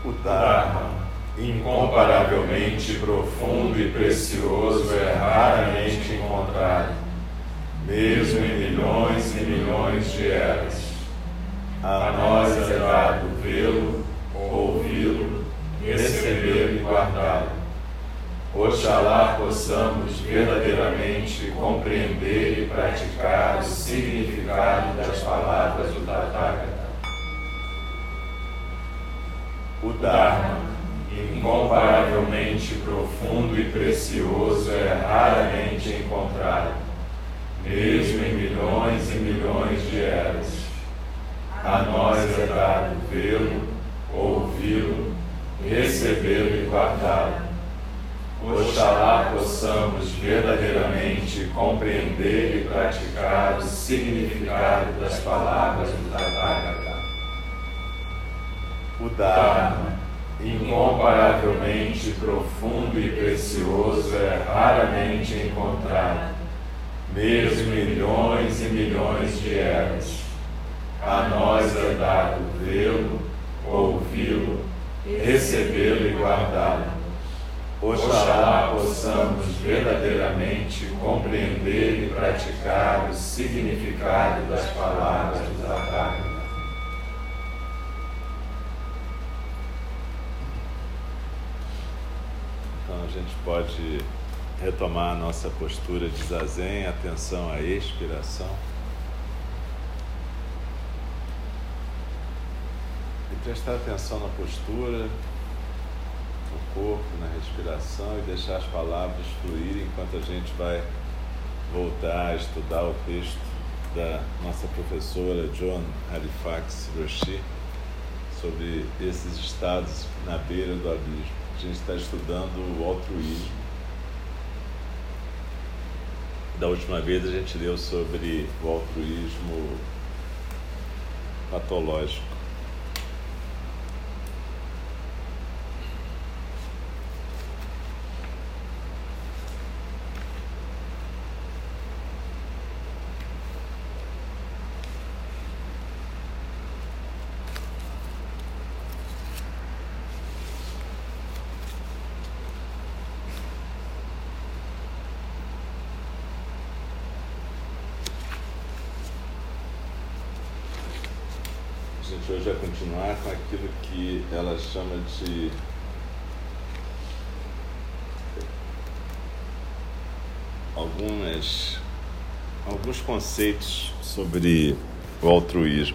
O Dharma, incomparavelmente profundo e precioso, é raramente encontrado, mesmo em milhões e milhões de eras. A nós é dado vê-lo, ouvi-lo, recebê-lo e guardá-lo. Oxalá possamos verdadeiramente compreender e praticar o significado das palavras do Tathagata. O Dharma, incomparavelmente profundo e precioso, é raramente encontrado, mesmo em milhões e milhões de eras. A nós é dado vê-lo, ouvi-lo, recebê-lo e guardá-lo. Oxalá possamos verdadeiramente compreender e praticar o significado das palavras do Tathagata. O Dharma, incomparavelmente profundo e precioso, é raramente encontrado, mesmo em milhões e milhões de eras. A nós é dado vê-lo, ouvi-lo, recebê-lo e guardá-lo. Oxalá possamos verdadeiramente compreender e praticar o significado das palavras do Tathagata. Então a gente pode retomar a nossa postura de zazen, atenção à expiração. E prestar atenção na postura, no corpo, na respiração, e deixar as palavras fluírem enquanto a gente vai voltar a estudar o texto da nossa professora John Halifax Roshi sobre esses estados na beira do abismo. A gente está estudando o altruísmo. Da última vez a gente leu sobre o altruísmo patológico. A gente hoje vai continuar com aquilo que ela chama de alguns conceitos sobre o altruísmo.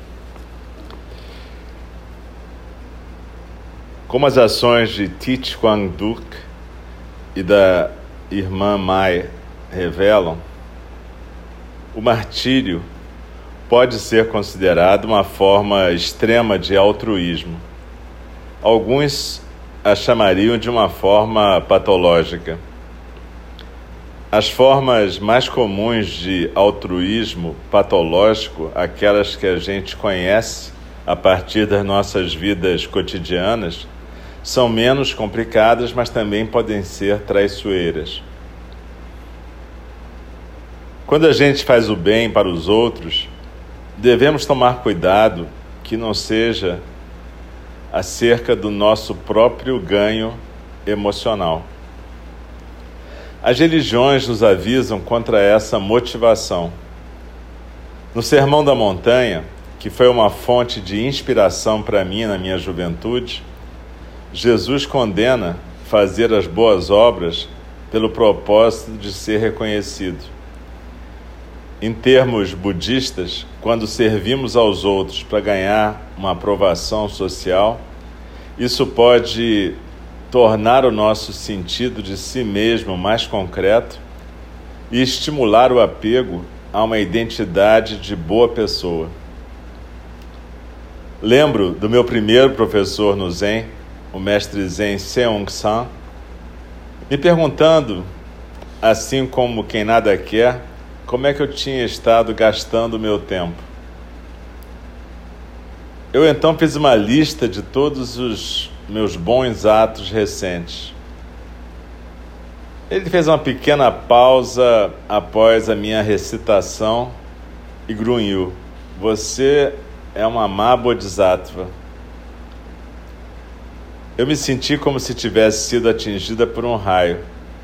Como as ações de Thich Quang Duc e da irmã Mai revelam, o martírio pode ser considerado uma forma extrema de altruísmo. Alguns a chamariam de uma forma patológica. As formas mais comuns de altruísmo patológico, aquelas que a gente conhece a partir das nossas vidas cotidianas, são menos complicadas, mas também podem ser traiçoeiras. Quando a gente faz o bem para os outros, devemos tomar cuidado que não seja acerca do nosso próprio ganho emocional. As religiões nos avisam contra essa motivação. No Sermão da Montanha, que foi uma fonte de inspiração para mim na minha juventude, Jesus condena fazer as boas obras pelo propósito de ser reconhecido. Em termos budistas, quando servimos aos outros para ganhar uma aprovação social, isso pode tornar o nosso sentido de si mesmo mais concreto e estimular o apego a uma identidade de boa pessoa. Lembro do meu primeiro professor no Zen, o mestre Zen Seong-san, me perguntando, assim como quem nada quer, como é que eu tinha estado gastando o meu tempo. Eu então fiz uma lista de todos os meus bons atos recentes. Ele fez uma pequena pausa após a minha recitação e grunhiu: "Você é uma má bodhisattva." Eu me senti como se tivesse sido atingida por um raio.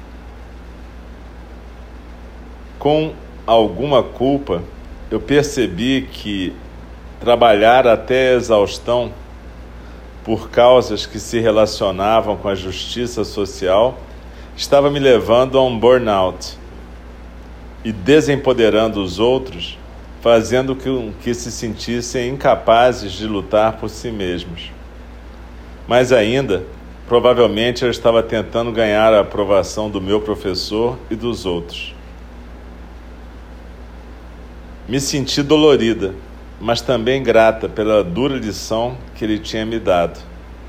Com alguma culpa, eu percebi que trabalhar até a exaustão por causas que se relacionavam com a justiça social estava me levando a um burnout e desempoderando os outros, fazendo com que se sentissem incapazes de lutar por si mesmos. Mais ainda, provavelmente eu estava tentando ganhar a aprovação do meu professor e dos outros. Me senti dolorida, mas também grata pela dura lição que ele tinha me dado.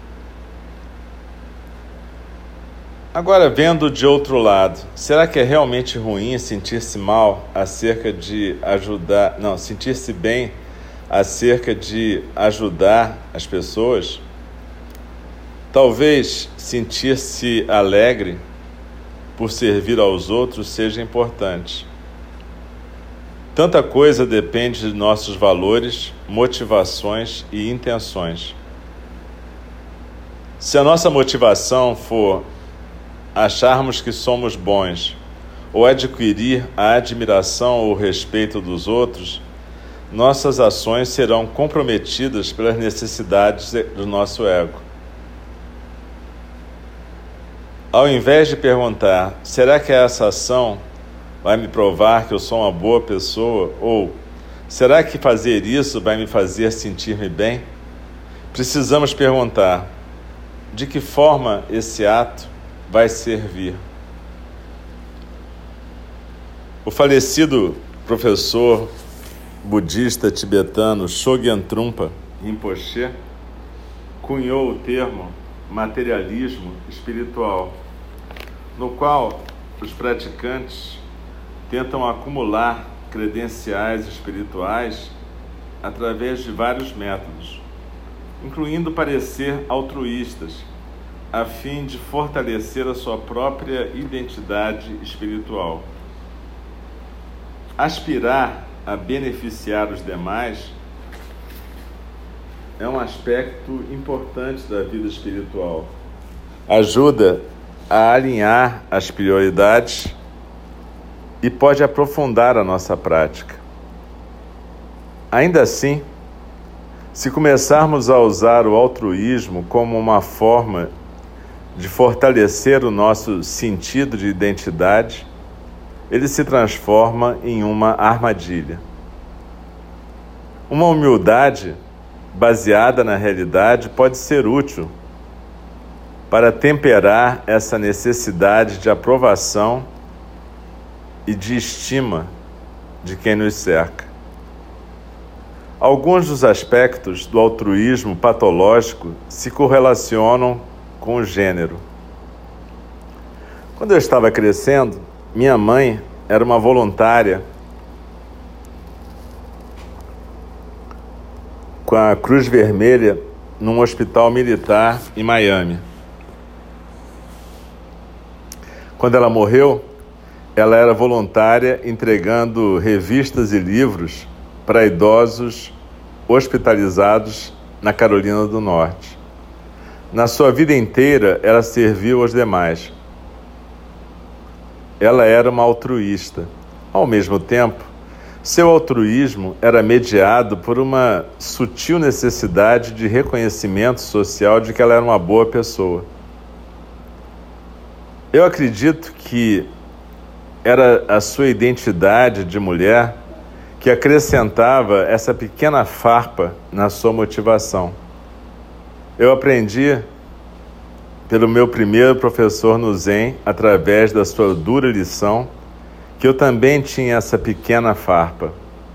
Agora, vendo de outro lado, será que é realmente ruim sentir-se mal acerca de ajudar, sentir-se bem acerca de ajudar as pessoas? Talvez sentir-se alegre por servir aos outros seja importante. Tanta coisa depende de nossos valores, motivações e intenções. Se a nossa motivação for acharmos que somos bons ou adquirir a admiração ou o respeito dos outros, nossas ações serão comprometidas pelas necessidades do nosso ego. Ao invés de perguntar, será que essa ação vai me provar que eu sou uma boa pessoa? Ou, será que fazer isso vai me fazer sentir-me bem? Precisamos perguntar, de que forma esse ato vai servir? O falecido professor budista tibetano Chogyam Trungpa Rinpoche cunhou o termo materialismo espiritual, no qual os praticantes tentam acumular credenciais espirituais através de vários métodos, incluindo parecer altruístas, a fim de fortalecer a sua própria identidade espiritual. Aspirar a beneficiar os demais é um aspecto importante da vida espiritual. Ajuda a alinhar as prioridades e pode aprofundar a nossa prática. Ainda assim, se começarmos a usar o altruísmo como uma forma de fortalecer o nosso sentido de identidade, ele se transforma em uma armadilha. Uma humildade baseada na realidade pode ser útil para temperar essa necessidade de aprovação e de estima de quem nos cerca. Alguns dos aspectos do altruísmo patológico se correlacionam com o gênero. Quando eu estava crescendo, minha mãe era uma voluntária com a Cruz Vermelha num hospital militar em Miami. Quando ela morreu, ela era voluntária entregando revistas e livros para idosos hospitalizados na Carolina do Norte. Na sua vida inteira, ela serviu aos demais. Ela era uma altruísta. Ao mesmo tempo, seu altruísmo era mediado por uma sutil necessidade de reconhecimento social de que ela era uma boa pessoa. Eu acredito que era a sua identidade de mulher que acrescentava essa pequena farpa na sua motivação. Eu aprendi pelo meu primeiro professor no Zen, através da sua dura lição, que eu também tinha essa pequena farpa.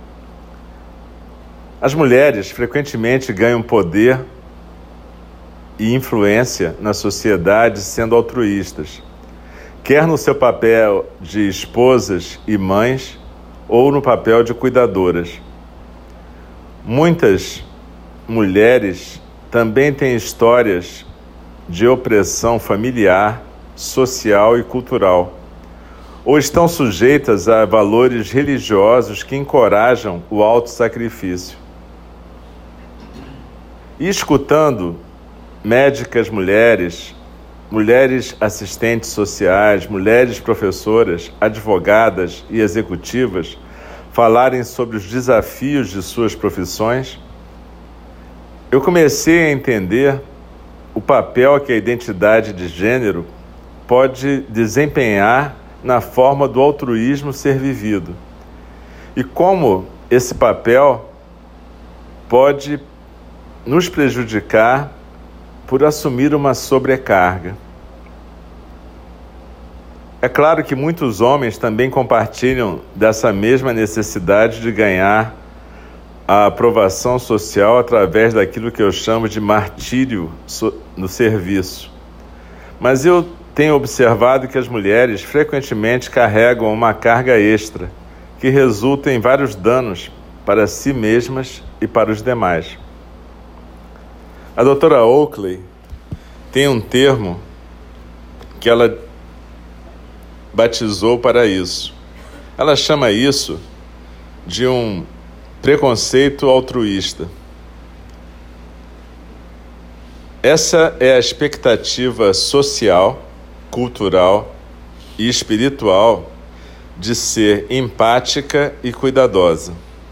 As mulheres frequentemente ganham poder e influência na sociedade sendo altruístas, quer no seu papel de esposas e mães, ou no papel de cuidadoras. Muitas mulheres também têm histórias de opressão familiar, social e cultural, ou estão sujeitas a valores religiosos que encorajam o autossacrifício. E escutando médicas mulheres, mulheres assistentes sociais, mulheres professoras, advogadas e executivas falarem sobre os desafios de suas profissões, eu comecei a entender o papel que a identidade de gênero pode desempenhar na forma do altruísmo ser vivido e como esse papel pode nos prejudicar por assumir uma sobrecarga. É claro que muitos homens também compartilham dessa mesma necessidade de ganhar a aprovação social através daquilo que eu chamo de martírio no serviço. Mas eu tenho observado que as mulheres frequentemente carregam uma carga extra, que resulta em vários danos para si mesmas e para os demais. A doutora Oakley tem um termo que ela batizou para isso. Ela chama isso de um preconceito altruísta. Essa é a expectativa social, cultural e espiritual de ser empática e cuidadosa.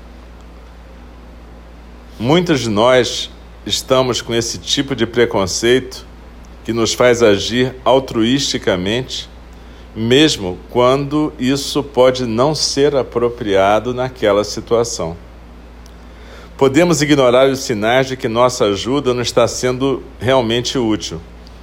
Muitos de nós estamos com esse tipo de preconceito que nos faz agir altruisticamente, mesmo quando isso pode não ser apropriado naquela situação. Podemos ignorar os sinais de que nossa ajuda não está sendo realmente útil.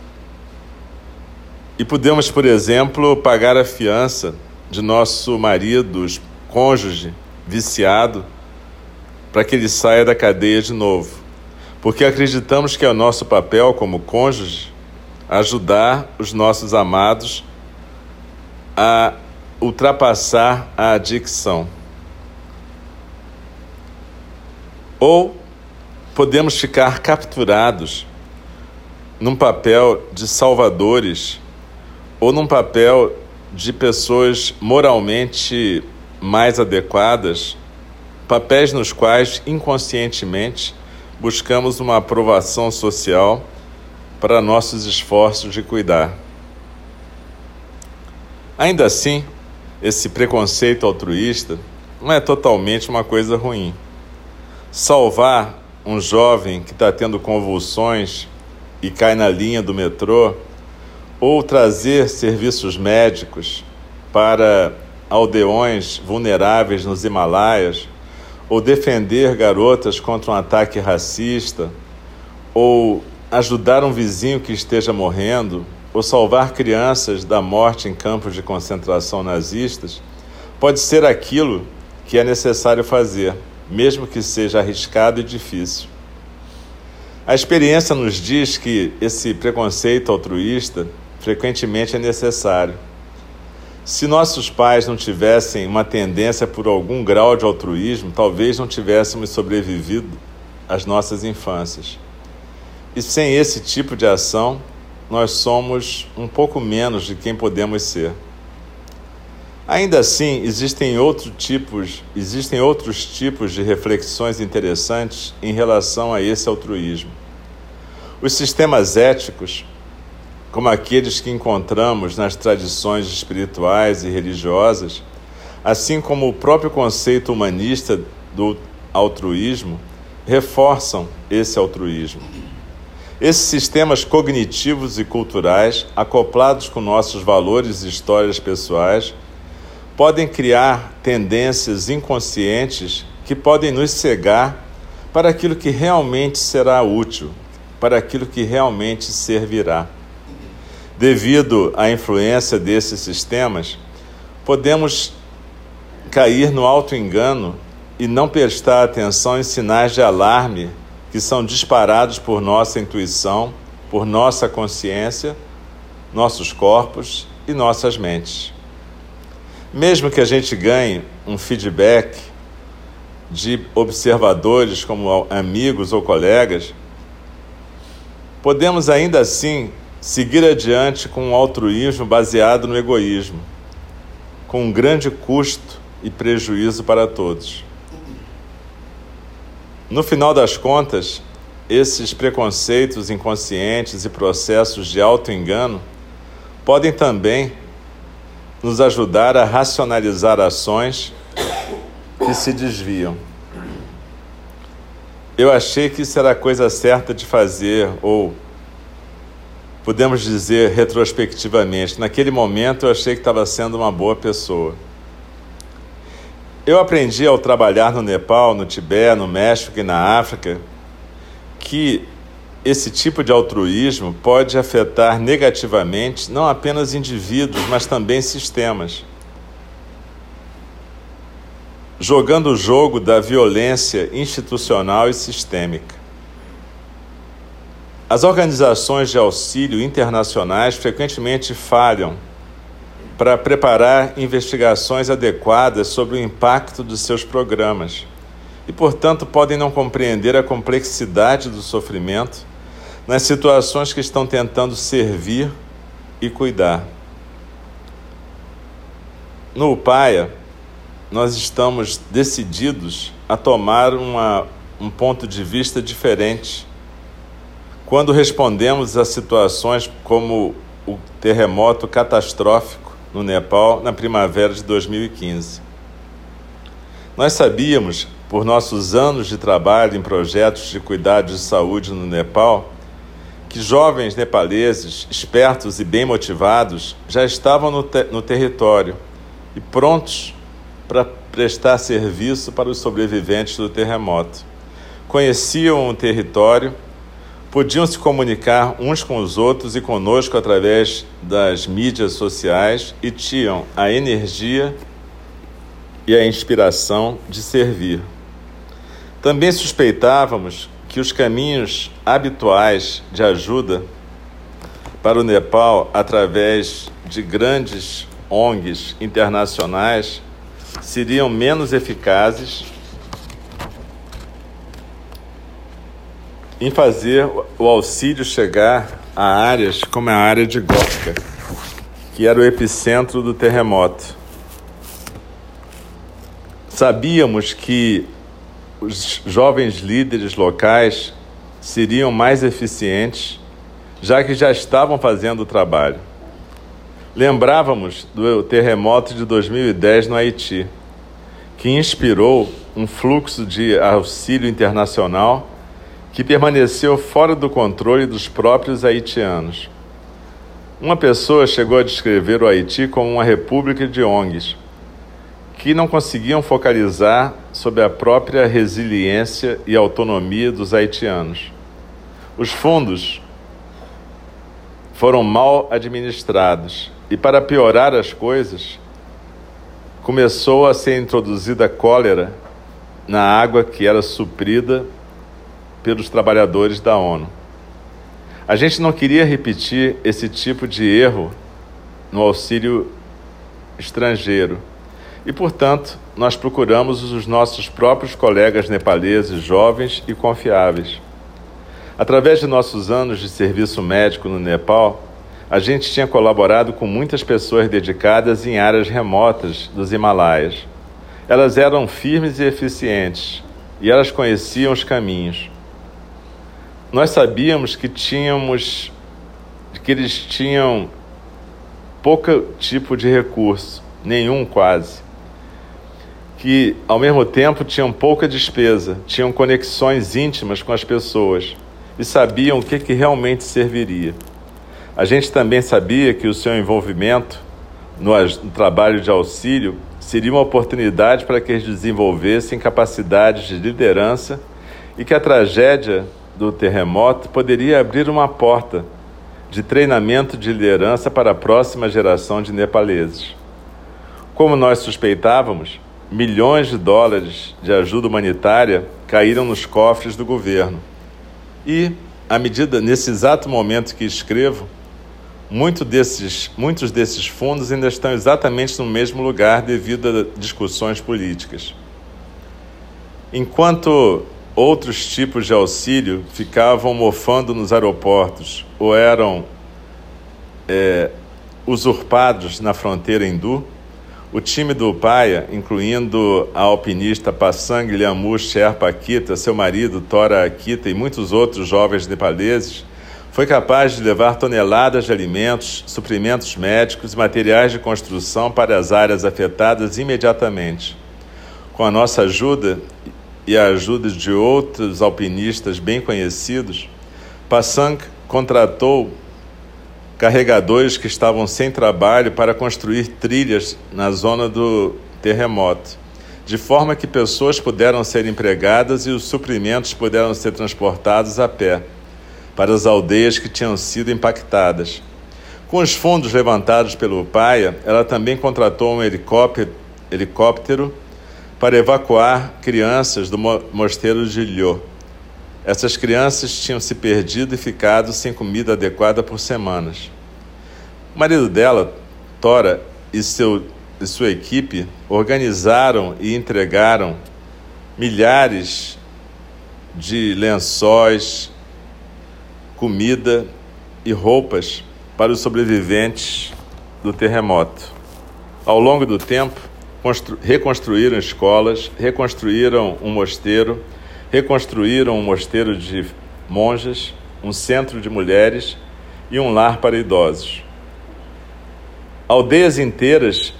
E podemos, por exemplo, pagar a fiança de nosso marido, cônjuge, viciado, para que ele saia da cadeia de novo. Porque acreditamos que é o nosso papel como cônjuge ajudar os nossos amados a ultrapassar a adicção. Ou podemos ficar capturados num papel de salvadores ou num papel de pessoas moralmente mais adequadas, papéis nos quais inconscientemente buscamos uma aprovação social para nossos esforços de cuidar. Ainda assim, esse preconceito altruísta não é totalmente uma coisa ruim. Salvar um jovem que está tendo convulsões e cai na linha do metrô, ou trazer serviços médicos para aldeões vulneráveis nos Himalaias, ou defender garotas contra um ataque racista, ou ajudar um vizinho que esteja morrendo, ou salvar crianças da morte em campos de concentração nazistas, pode ser aquilo que é necessário fazer, mesmo que seja arriscado e difícil. A experiência nos diz que esse preconceito altruísta frequentemente é necessário. Se nossos pais não tivessem uma tendência por algum grau de altruísmo, talvez não tivéssemos sobrevivido às nossas infâncias. E sem esse tipo de ação, nós somos um pouco menos de quem podemos ser. Ainda assim, existem outros tipos de reflexões interessantes em relação a esse altruísmo. Os sistemas éticos, como aqueles que encontramos nas tradições espirituais e religiosas, assim como o próprio conceito humanista do altruísmo, reforçam esse altruísmo. Esses sistemas cognitivos e culturais, acoplados com nossos valores e histórias pessoais, podem criar tendências inconscientes que podem nos cegar para aquilo que realmente será útil, para aquilo que realmente servirá. Devido à influência desses sistemas, podemos cair no auto-engano e não prestar atenção em sinais de alarme que são disparados por nossa intuição, por nossa consciência, nossos corpos e nossas mentes. Mesmo que a gente ganhe um feedback de observadores como amigos ou colegas, podemos ainda assim seguir adiante com um altruísmo baseado no egoísmo, com um grande custo e prejuízo para todos. No final das contas, esses preconceitos inconscientes e processos de auto-engano podem também nos ajudar a racionalizar ações que se desviam. Eu achei que isso era a coisa certa de fazer, ou podemos dizer retrospectivamente, naquele momento eu achei que estava sendo uma boa pessoa. Eu aprendi ao trabalhar no Nepal, no Tibete, no México e na África que esse tipo de altruísmo pode afetar negativamente não apenas indivíduos, mas também sistemas, jogando o jogo da violência institucional e sistêmica. As organizações de auxílio internacionais frequentemente falham para preparar investigações adequadas sobre o impacto dos seus programas e, portanto, podem não compreender a complexidade do sofrimento nas situações que estão tentando servir e cuidar. No Upaya, nós estamos decididos a tomar um ponto de vista diferente quando respondemos a situações como o terremoto catastrófico no Nepal na primavera de 2015. Nós sabíamos, por nossos anos de trabalho em projetos de cuidados de saúde no Nepal, que jovens nepaleses, espertos e bem motivados, já estavam no território e prontos para prestar serviço para os sobreviventes do terremoto. Conheciam o território, podiam se comunicar uns com os outros e conosco através das mídias sociais e tinham a energia e a inspiração de servir. Também suspeitávamos que os caminhos habituais de ajuda para o Nepal através de grandes ONGs internacionais seriam menos eficazes em fazer o auxílio chegar a áreas como a área de Gorkha, que era o epicentro do terremoto. Sabíamos que os jovens líderes locais seriam mais eficientes, já que já estavam fazendo o trabalho. Lembrávamos do terremoto de 2010 no Haiti, que inspirou um fluxo de auxílio internacional que permaneceu fora do controle dos próprios haitianos. Uma pessoa chegou a descrever o Haiti como uma república de ONGs, que não conseguiam focalizar sobre a própria resiliência e autonomia dos haitianos. Os fundos foram mal administrados e, para piorar as coisas, começou a ser introduzida cólera na água que era suprida pelos trabalhadores da ONU. A gente não queria repetir esse tipo de erro no auxílio estrangeiro e, portanto, nós procuramos os nossos próprios colegas nepaleses jovens e confiáveis. Através de nossos anos de serviço médico no Nepal, a gente tinha colaborado com muitas pessoas dedicadas em áreas remotas dos Himalaias. Elas eram firmes e eficientes, e elas conheciam os caminhos. Nós sabíamos que eles tinham pouco tipo de recurso, nenhum quase, que ao mesmo tempo tinham pouca despesa, tinham conexões íntimas com as pessoas e sabiam o que realmente serviria. A gente também sabia que o seu envolvimento no trabalho de auxílio seria uma oportunidade para que eles desenvolvessem capacidades de liderança e que a tragédia do terremoto poderia abrir uma porta de treinamento de liderança para a próxima geração de nepaleses. Como nós suspeitávamos, milhões de dólares de ajuda humanitária caíram nos cofres do governo. E, nesse exato momento que escrevo, muitos desses fundos ainda estão exatamente no mesmo lugar devido a discussões políticas. Enquanto outros tipos de auxílio ficavam mofando nos aeroportos ou eram usurpados na fronteira hindu, O time do Upaya, incluindo a alpinista Pasang Lyamu Sherpa Akita, seu marido Tora Akita e muitos outros jovens nepaleses, foi capaz de levar toneladas de alimentos, suprimentos médicos e materiais de construção para as áreas afetadas imediatamente. Com a nossa ajuda e a ajuda de outros alpinistas bem conhecidos, Pasang contratou carregadores que estavam sem trabalho para construir trilhas na zona do terremoto, de forma que pessoas puderam ser empregadas e os suprimentos puderam ser transportados a pé para as aldeias que tinham sido impactadas. Com os fundos levantados pelo Upaya, ela também contratou um helicóptero para evacuar crianças do mosteiro de Lyo. Essas crianças tinham se perdido e ficado sem comida adequada por semanas. O marido dela, Tora, e sua equipe organizaram e entregaram milhares de lençóis, comida e roupas para os sobreviventes do terremoto. Ao longo do tempo, reconstruíram escolas, reconstruíram um mosteiro de monjas, um centro de mulheres e um lar para idosos. Aldeias inteiras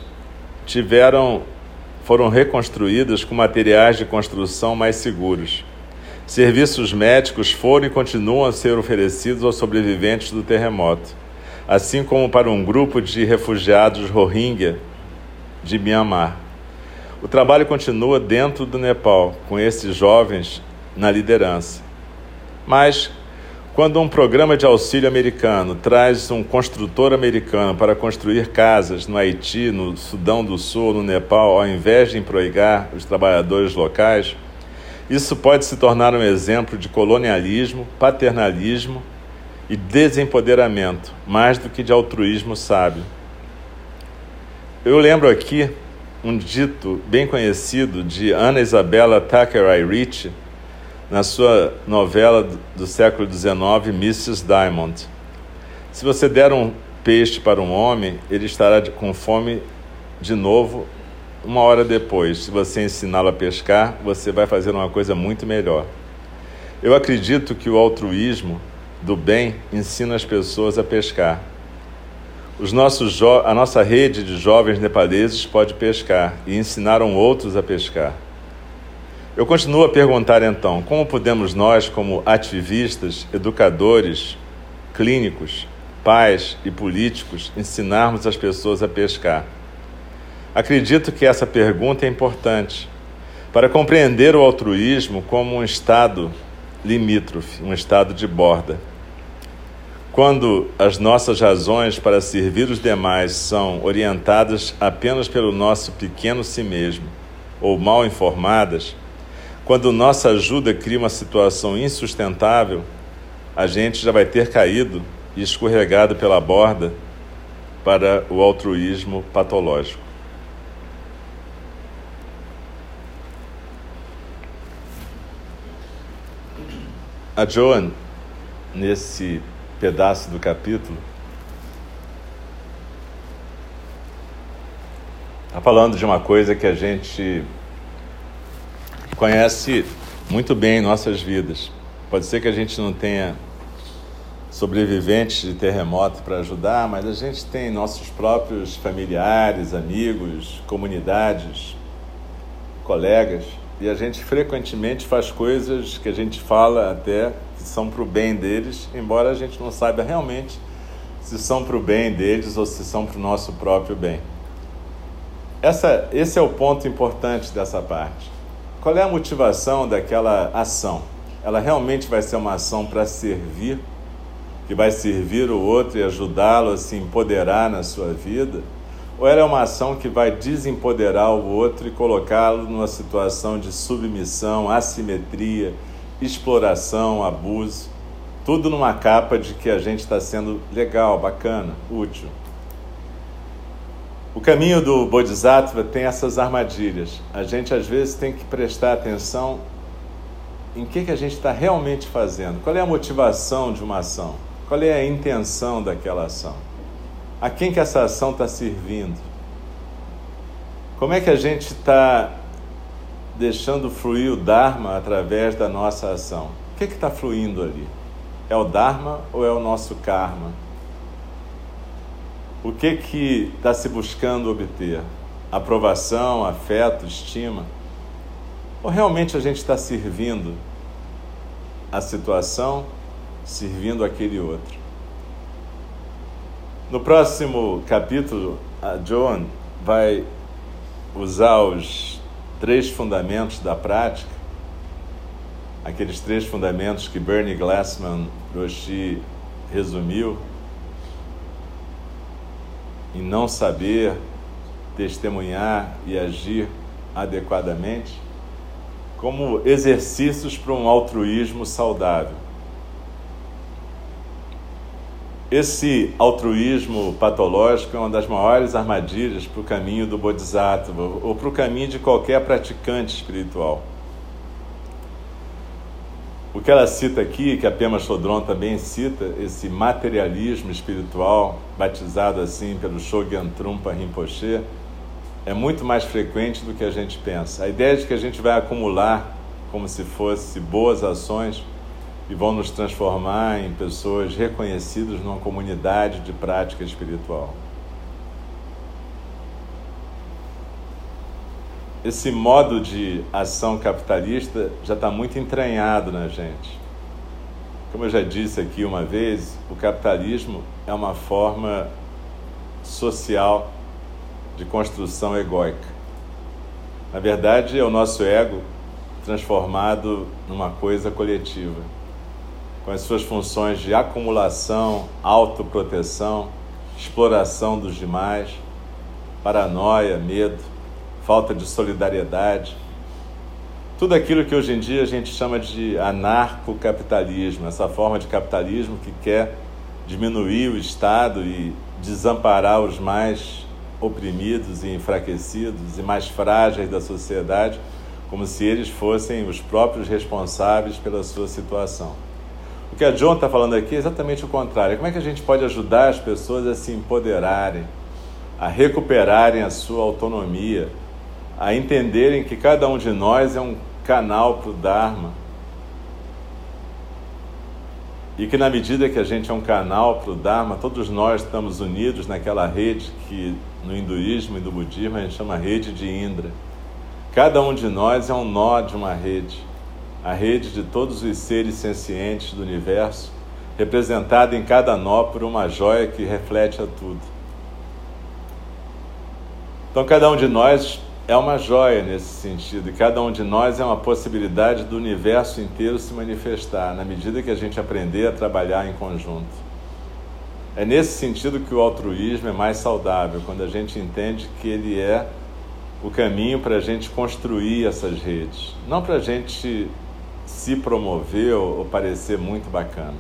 foram reconstruídas com materiais de construção mais seguros. Serviços médicos foram e continuam a ser oferecidos aos sobreviventes do terremoto, assim como para um grupo de refugiados Rohingya de Myanmar. O trabalho continua dentro do Nepal, com esses jovens na liderança. Mas, quando um programa de auxílio americano traz um construtor americano para construir casas no Haiti, no Sudão do Sul, no Nepal, ao invés de empregar os trabalhadores locais, isso pode se tornar um exemplo de colonialismo, paternalismo e desempoderamento, mais do que de altruísmo sábio. Eu lembro aqui um dito bem conhecido de Ana Isabella Thackeray Ritchie, na sua novela do século XIX, Mrs. Diamond. Se você der um peixe para um homem, ele estará com fome de novo uma hora depois. Se você ensiná-lo a pescar, você vai fazer uma coisa muito melhor. Eu acredito que o altruísmo do bem ensina as pessoas a pescar. A nossa rede de jovens nepaleses pode pescar e ensinaram outros a pescar. Eu continuo a perguntar então, como podemos nós, como ativistas, educadores, clínicos, pais e políticos, ensinarmos as pessoas a pescar? Acredito que essa pergunta é importante para compreender o altruísmo como um estado limítrofe, um estado de borda. Quando as nossas razões para servir os demais são orientadas apenas pelo nosso pequeno si mesmo, ou mal informadas, quando nossa ajuda cria uma situação insustentável, a gente já vai ter caído e escorregado pela borda para o altruísmo patológico. A Joan, nesse pedaço do capítulo, está falando de uma coisa que a gente conhece muito bem em nossas vidas. Pode ser que a gente não tenha sobreviventes de terremoto para ajudar, mas a gente tem nossos próprios familiares, amigos, comunidades, colegas, e a gente frequentemente faz coisas que a gente fala até que são para o bem deles, embora a gente não saiba realmente se são para o bem deles ou se são para o nosso próprio bem. Esse é o ponto importante dessa parte. Qual é a motivação daquela ação? Ela realmente vai ser uma ação para servir, que vai servir o outro e ajudá-lo a se empoderar na sua vida? Ou ela é uma ação que vai desempoderar o outro e colocá-lo numa situação de submissão, assimetria, exploração, abuso, tudo numa capa de que a gente está sendo legal, bacana, útil? O caminho do Bodhisattva tem essas armadilhas. A gente, às vezes, tem que prestar atenção em que a gente está realmente fazendo. Qual é a motivação de uma ação? Qual é a intenção daquela ação? A quem que essa ação está servindo? Como é que a gente está deixando fluir o Dharma através da nossa ação? O que está fluindo ali? É o Dharma ou é o nosso karma? O que está se buscando obter? Aprovação, afeto, estima? Ou realmente a gente está servindo a situação, servindo aquele outro? No próximo capítulo, a Joan vai usar os 3 fundamentos da prática, aqueles 3 fundamentos que Bernie Glassman Roshi resumiu em não saber, testemunhar e agir adequadamente, como exercícios para um altruísmo saudável. Esse altruísmo patológico é uma das maiores armadilhas para o caminho do Bodhisattva ou para o caminho de qualquer praticante espiritual. O que ela cita aqui, que a Pema Chodron também cita, esse materialismo espiritual, batizado assim pelo Shogyen Trungpa Rinpoche, é muito mais frequente do que a gente pensa. A ideia de que a gente vai acumular como se fosse boas ações e vão nos transformar em pessoas reconhecidas numa comunidade de prática espiritual. Esse modo de ação capitalista já está muito entranhado na gente. Como eu já disse aqui uma vez, o capitalismo é uma forma social de construção egóica. Na verdade, é o nosso ego transformado numa coisa coletiva, com as suas funções de acumulação, autoproteção, exploração dos demais, paranoia, medo, falta de solidariedade, tudo aquilo que hoje em dia a gente chama de anarcocapitalismo, essa forma de capitalismo que quer diminuir o Estado e desamparar os mais oprimidos e enfraquecidos e mais frágeis da sociedade, como se eles fossem os próprios responsáveis pela sua situação. O que a Joan está falando aqui é exatamente o contrário. Como é que a gente pode ajudar as pessoas a se empoderarem, a recuperarem a sua autonomia, a entenderem que cada um de nós é um canal para o Dharma e que na medida que a gente é um canal para o Dharma, todos nós estamos unidos naquela rede que no hinduísmo e no budismo a gente chama rede de Indra. Cada um de nós é um nó de uma rede, a rede de todos os seres sencientes do universo, representada em cada nó por uma joia que reflete a tudo. Então cada um de nós é uma joia nesse sentido, e cada um de nós é uma possibilidade do universo inteiro se manifestar, na medida que a gente aprender a trabalhar em conjunto. É nesse sentido que o altruísmo é mais saudável, quando a gente entende que ele é o caminho para a gente construir essas redes, não para a gente se promover ou parecer muito bacana.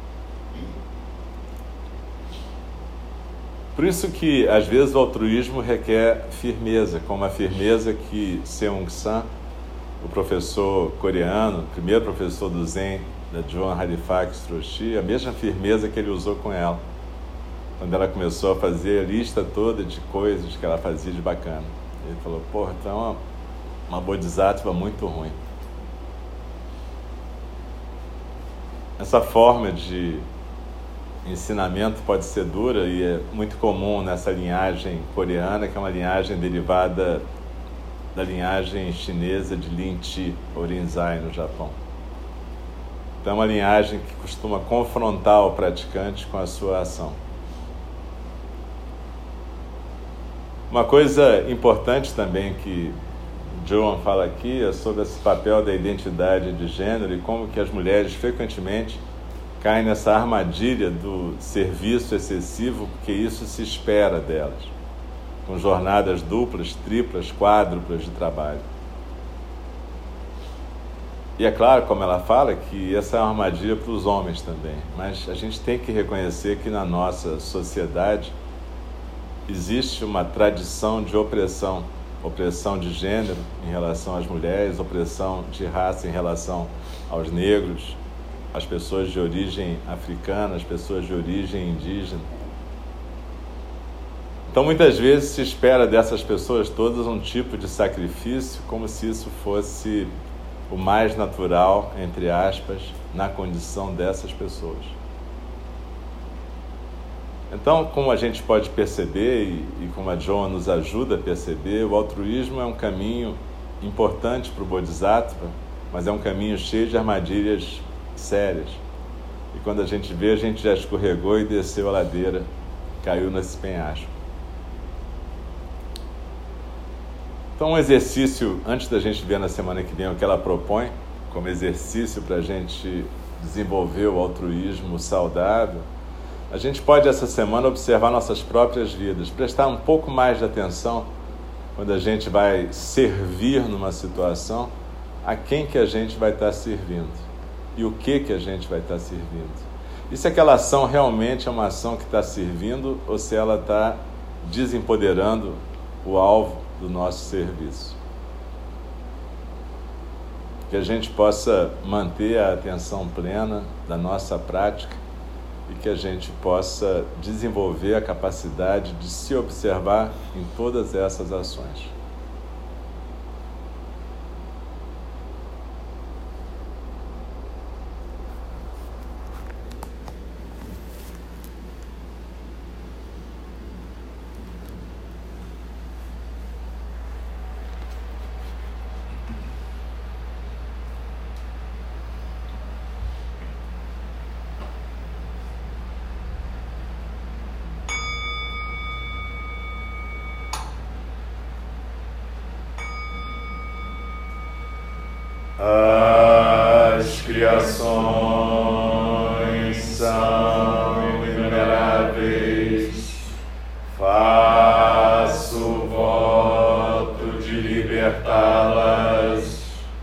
Por isso que, às vezes, o altruísmo requer firmeza, como a firmeza que Seung San, o professor coreano, o primeiro professor do Zen, da Joan Halifax Roshi, a mesma firmeza que ele usou com ela, quando ela começou a fazer a lista toda de coisas que ela fazia de bacana. Ele falou, porra, então é uma bodhisattva muito ruim. Essa forma de ensinamento pode ser dura e é muito comum nessa linhagem coreana, que é uma linhagem derivada da linhagem chinesa de Lin Chi, ou Rinzai, no Japão. Então é uma linhagem que costuma confrontar o praticante com a sua ação. Uma coisa importante também que Joan fala aqui é sobre esse papel da identidade de gênero e como que as mulheres frequentemente caem nessa armadilha do serviço excessivo, porque isso se espera delas, com jornadas duplas, triplas, quádruplas de trabalho. E é claro, como ela fala, que essa é uma armadilha para os homens também, mas a gente tem que reconhecer que na nossa sociedade existe uma tradição de opressão de gênero em relação às mulheres, opressão de raça em relação aos negros, as pessoas de origem africana, as pessoas de origem indígena. Então, muitas vezes se espera dessas pessoas todas um tipo de sacrifício, como se isso fosse o mais natural, entre aspas, na condição dessas pessoas. Então, como a gente pode perceber, e como a Joan nos ajuda a perceber, o altruísmo é um caminho importante para o Bodhisattva, mas é um caminho cheio de armadilhas sérias. E quando a gente vê, a gente já escorregou e desceu a ladeira, caiu nesse penhasco. Então, um exercício, antes da gente ver na semana que vem o que ela propõe, como exercício para a gente desenvolver o altruísmo saudável, a gente pode essa semana observar nossas próprias vidas, prestar um pouco mais de atenção quando a gente vai servir numa situação, a quem que a gente vai estar servindo e o que a gente vai estar servindo. E se aquela ação realmente é uma ação que está servindo ou se ela está desempoderando o alvo do nosso serviço. Que a gente possa manter a atenção plena da nossa prática e que a gente possa desenvolver a capacidade de se observar em todas essas ações. As criações são inumeráveis, faço voto de libertá-las.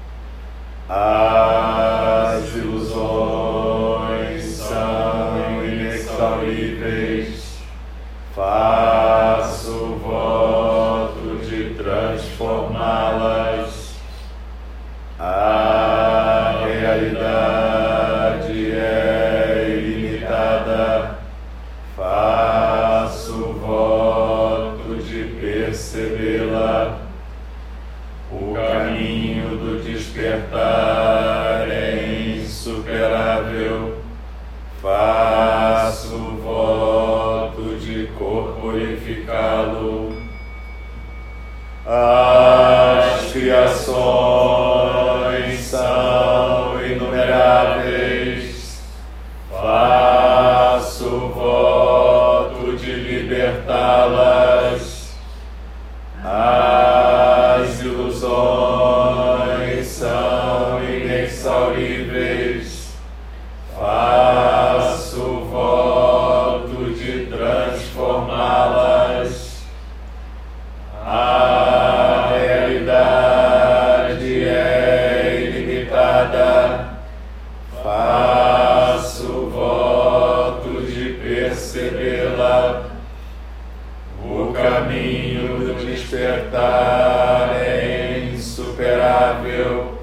As ilusões são inexauríveis, faço voto de transformá-las. A realidade é ilimitada, faço voto de percebê-la. O caminho do despertar é insuperável, faço voto de corporificá-lo. As criações são inumeráveis, faço voto de libertá-las. As ilusões são inexauríveis, faço voto de transformá-las. A realidade é ilimitada, faço voto de percebê-la. O caminho do despertar é insuperável,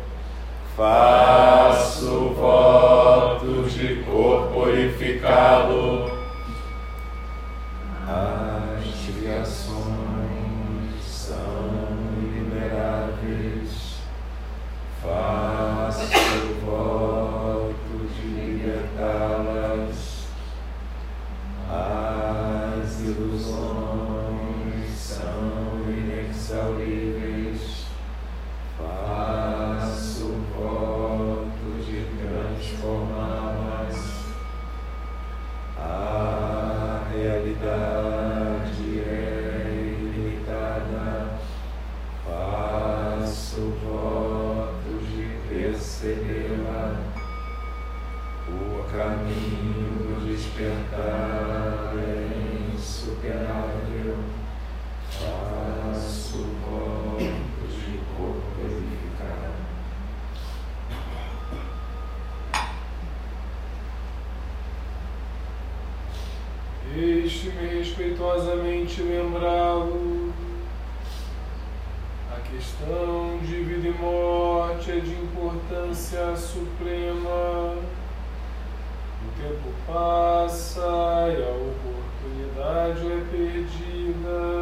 faço voto de corporificá-lo. As criações são inumeráveis, faço voto de libertá-las. As ilusões são inexauríveis, faço voto de transformá-las. A realidade é ilimitada, faço voto de percebê-la. O caminho do despertar é insuperável, faço voto de corporificar. Deixe-me respeitosamente lembrá-lo. A questão de vida e morte é de importância suprema. O tempo passa e a oportunidade é perdida.